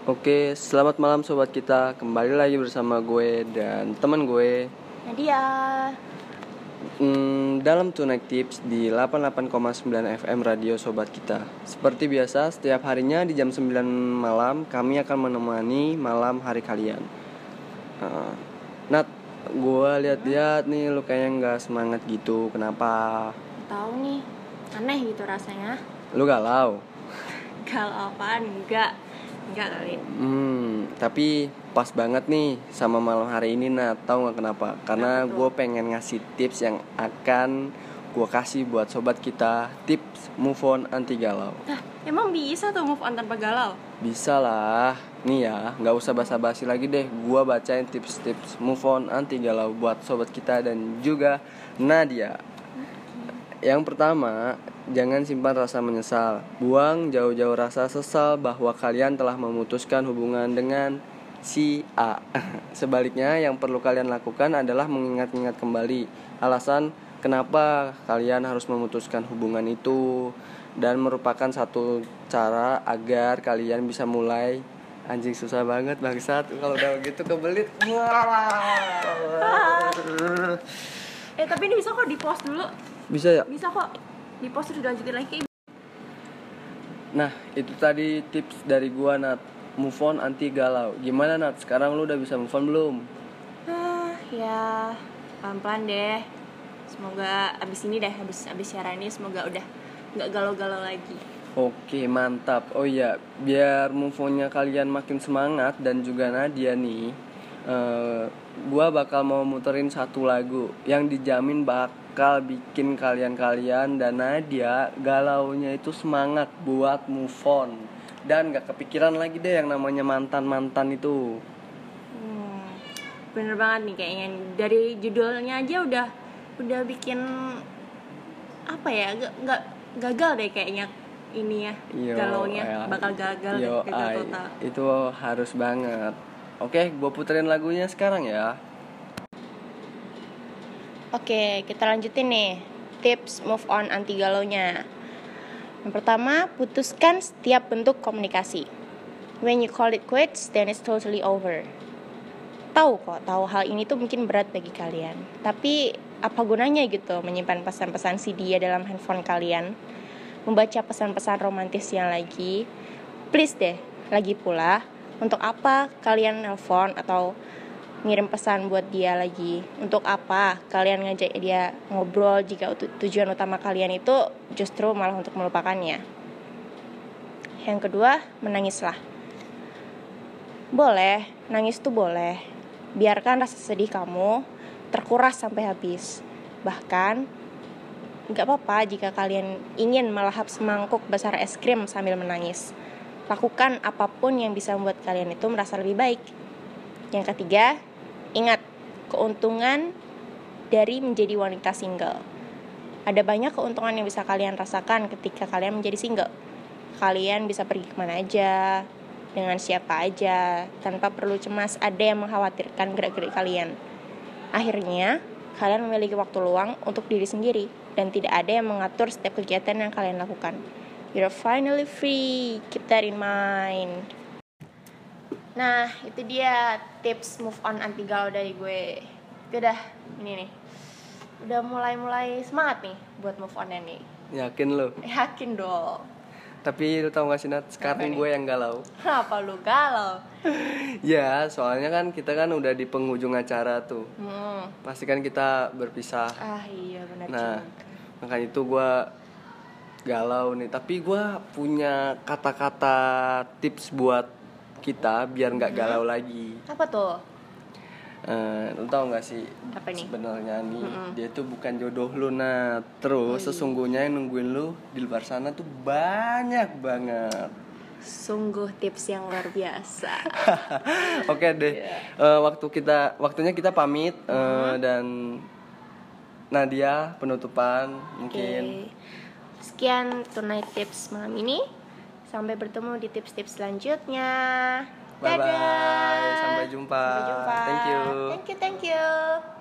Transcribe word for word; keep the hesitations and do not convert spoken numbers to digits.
Oke, selamat malam sobat kita. Kembali lagi bersama gue dan teman gue Nadia. hmm, dalam Tonight Tips di delapan puluh delapan koma sembilan F M radio sobat kita. Seperti biasa, setiap harinya di jam sembilan malam kami akan menemani malam hari kalian. uh, Nat, gue lihat-lihat nih lu kayaknya gak semangat gitu. Kenapa? Tahu nih, aneh gitu rasanya. Lu galau? Galau apaan? Enggak. Enggak kali. Hmm, tapi pas banget nih sama malam hari ini, Nat. Tahu gak kenapa? Karena gue pengen ngasih tips yang akan gue kasih buat sobat kita. Tips move on anti galau. Nah, emang bisa tuh move on tanpa galau? Bisa lah. Nih ya, gak usah basa-basi lagi deh. Gue bacain tips-tips move on anti galau buat sobat kita dan juga Nadia. Yang pertama, jangan simpan rasa menyesal. Buang jauh-jauh rasa sesal bahwa kalian telah memutuskan hubungan dengan si A. Sebaliknya, yang perlu kalian lakukan adalah mengingat-ingat kembali alasan kenapa kalian harus memutuskan hubungan itu, dan merupakan satu cara agar kalian bisa mulai. Anjing, susah banget bangsat kalau udah gitu kebelit. Eh tapi ini bisa kok di post dulu. Bisa ya? Bisa kok di post terus dilanjutin lagi. Nah, itu tadi tips dari gua, Nat. Move on anti galau. Gimana, Nat? Sekarang lu udah bisa move on belum? Ah, ya pelan-pelan deh. Semoga abis ini deh, abis abis siaran ini semoga udah nggak galau-galau lagi. Oke, mantap. Oh iya, biar move on-nya kalian makin semangat dan juga Nadia nih, uh, gua bakal mau muterin satu lagu yang dijamin bakal bikin kalian-kalian dan Nadia galaunya itu semangat buat move on dan gak kepikiran lagi deh yang namanya mantan-mantan itu. Hmm, bener banget nih kayaknya. Dari judulnya aja udah udah bikin apa ya? Gak, gak gagal deh kayaknya ini ya. Yo, galaunya ya. bakal gagal Yo, deh, gagal ay, total. itu harus banget. Oke, gue puterin lagunya sekarang ya. Oke, kita lanjutin nih tips move on anti galaunya. Yang pertama, putuskan setiap bentuk komunikasi. When you call it quits, then it's totally over. Tahu kok, tahu hal ini tuh mungkin berat bagi kalian. Tapi apa gunanya gitu menyimpan pesan-pesan si dia dalam handphone kalian? Membaca pesan-pesan romantisnya lagi. Please deh, lagi pula, untuk apa kalian nelpon atau ngirim pesan buat dia lagi? Untuk apa kalian ngajak dia ngobrol jika tujuan utama kalian itu justru malah untuk melupakannya? Yang kedua, menangislah. Boleh, nangis tuh boleh. Biarkan rasa sedih kamu terkuras sampai habis. Bahkan gak apa-apa jika kalian ingin melahap semangkuk besar es krim sambil menangis. Lakukan apapun yang bisa membuat kalian itu merasa lebih baik. Yang ketiga, ingat keuntungan dari menjadi wanita single. Ada banyak keuntungan yang bisa kalian rasakan ketika kalian menjadi single. Kalian bisa pergi kemana aja, dengan siapa aja, tanpa perlu cemas ada yang mengkhawatirkan gerak-gerik kalian. Akhirnya, kalian memiliki waktu luang untuk diri sendiri dan tidak ada yang mengatur setiap kegiatan yang kalian lakukan. You're finally free. Keep that in mind. Nah, itu dia tips move on anti galau dari gue. Itu udah ini nih. Udah mulai-mulai semangat nih buat move on-nya nih. Yakin lo? Yakin dong. Tapi lu tau gak sih, Nat? Sekarang gue yang galau. Kenapa lu galau? Ya, soalnya kan kita kan udah di penghujung acara tuh. Hmm. Pasti kan kita berpisah. Ah iya benar. Nah, makanya itu gue galau nih. Tapi gue punya kata-kata tips buat kita biar nggak galau lagi. Apa tuh? Uh, lu tau gak sih? Apa nih? Sebenarnya nih Mm-mm. dia tuh bukan jodoh lu, nah. Terus oh, iya. sesungguhnya yang nungguin lu di luar sana tuh banyak banget. Sungguh tips yang luar biasa. Oke deh. Yeah. Uh, waktu kita waktunya kita pamit uh, Mm-hmm. dan Nadia penutupan mungkin. Okay. Sekian Tonight Tips malam ini. Sampai bertemu di tips-tips selanjutnya. Bye bye. Dadah. Sampai jumpa. Sampai jumpa. Thank you. Thank you, thank you.